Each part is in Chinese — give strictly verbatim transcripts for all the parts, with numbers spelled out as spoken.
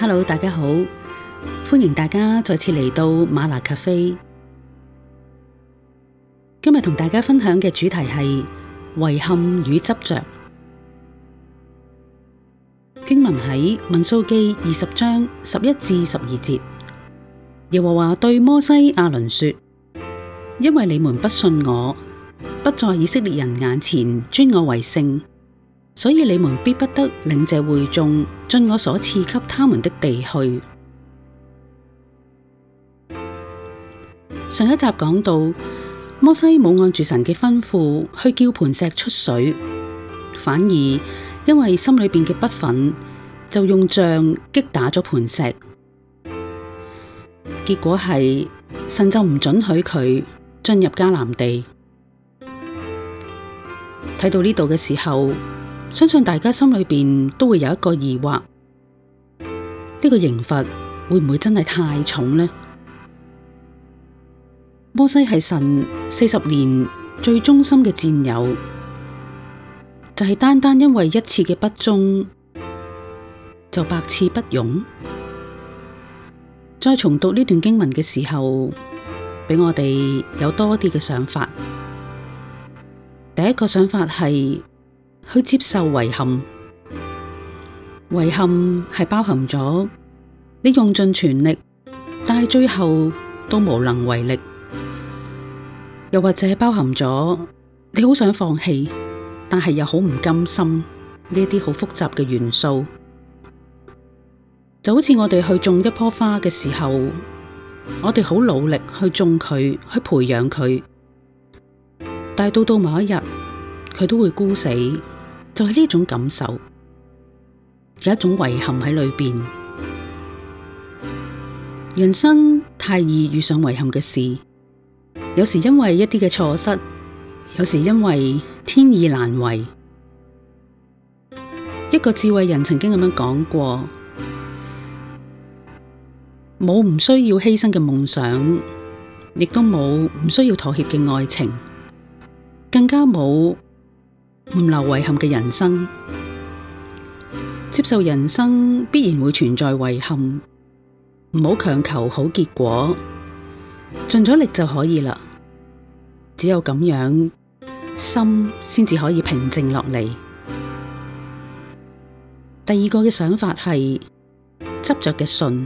Hello， 大家好，歡迎大家再次嚟到嗎哪咖啡。今日同大家分享嘅主題係遺憾與執着。經文喺民數記二十章十一至十二節，耶和華對摩西亞倫說：因為你們不信我，不在以色列人眼前尊我為聖，所以你們必不得領這會眾進我所賜給他們的地去。上一集講到，摩西冇按住神嘅吩咐去叫磐石出水，反而因為心裏邊嘅不忿，就用杖擊打咗磐石。結果係神就唔准許佢進入迦南地。睇到呢度嘅時候，相信大家心裏邊都會有一個疑惑，呢個刑罰會唔會真係太重呢？摩西係神四十年最忠心嘅戰友，就係單單因為一次嘅不忠，就百次不容。再重讀呢段經文嘅時候，俾我哋有多啲嘅想法。第一個想法係去接受遺憾，遺憾係包含咗你用盡全力，但係最後都無能為力，又或者包含咗你好想放棄，但係又好唔甘心，呢啲好複雜嘅元素。就好似我哋去種一棵花嘅時候，我哋好努力去種佢，去培養佢，但係到到某一日，佢都會枯死，就係呢種感受，有一種遺憾喺裏邊。人生太易遇上遺憾嘅事，有時因為一啲嘅錯失，有時因為天意難違。一個智慧人曾經咁樣講過：冇唔需要犧牲嘅夢想，亦都冇唔需要妥協嘅愛情，更加冇唔留遺憾嘅人生。接受人生必然會存在遺憾，唔好強求好結果，盡咗力就可以啦。只有咁樣，心先至可以平靜落嚟。第二個嘅想法係執着嘅信，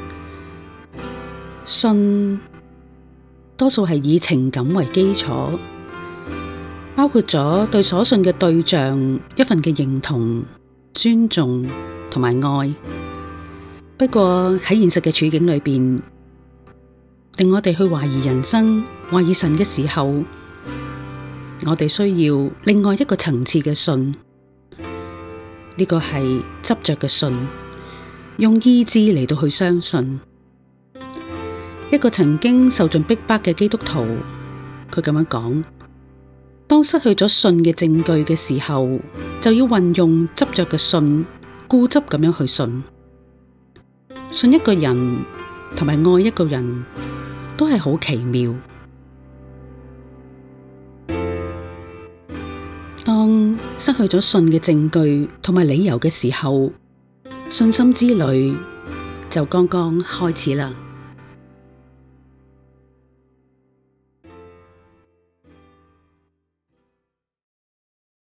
信多數係以情感為基礎，包括咗對所信嘅對象一份嘅認同、尊重同埋愛。不過喺現實嘅處境裏邊，令我哋去懷疑人生、懷疑神嘅時候，我哋需要另外一個層次嘅信。呢個係執着嘅信，用意志嚟到去相信。一個曾經受盡逼迫嘅基督徒，佢咁樣講：當失去咗信嘅證據嘅時候，就要運用執着嘅信，固執咁樣去信。信一個人同埋愛一個人都係好奇妙。當失去咗信嘅證據同埋理由嘅時候，信心之旅就剛剛開始啦。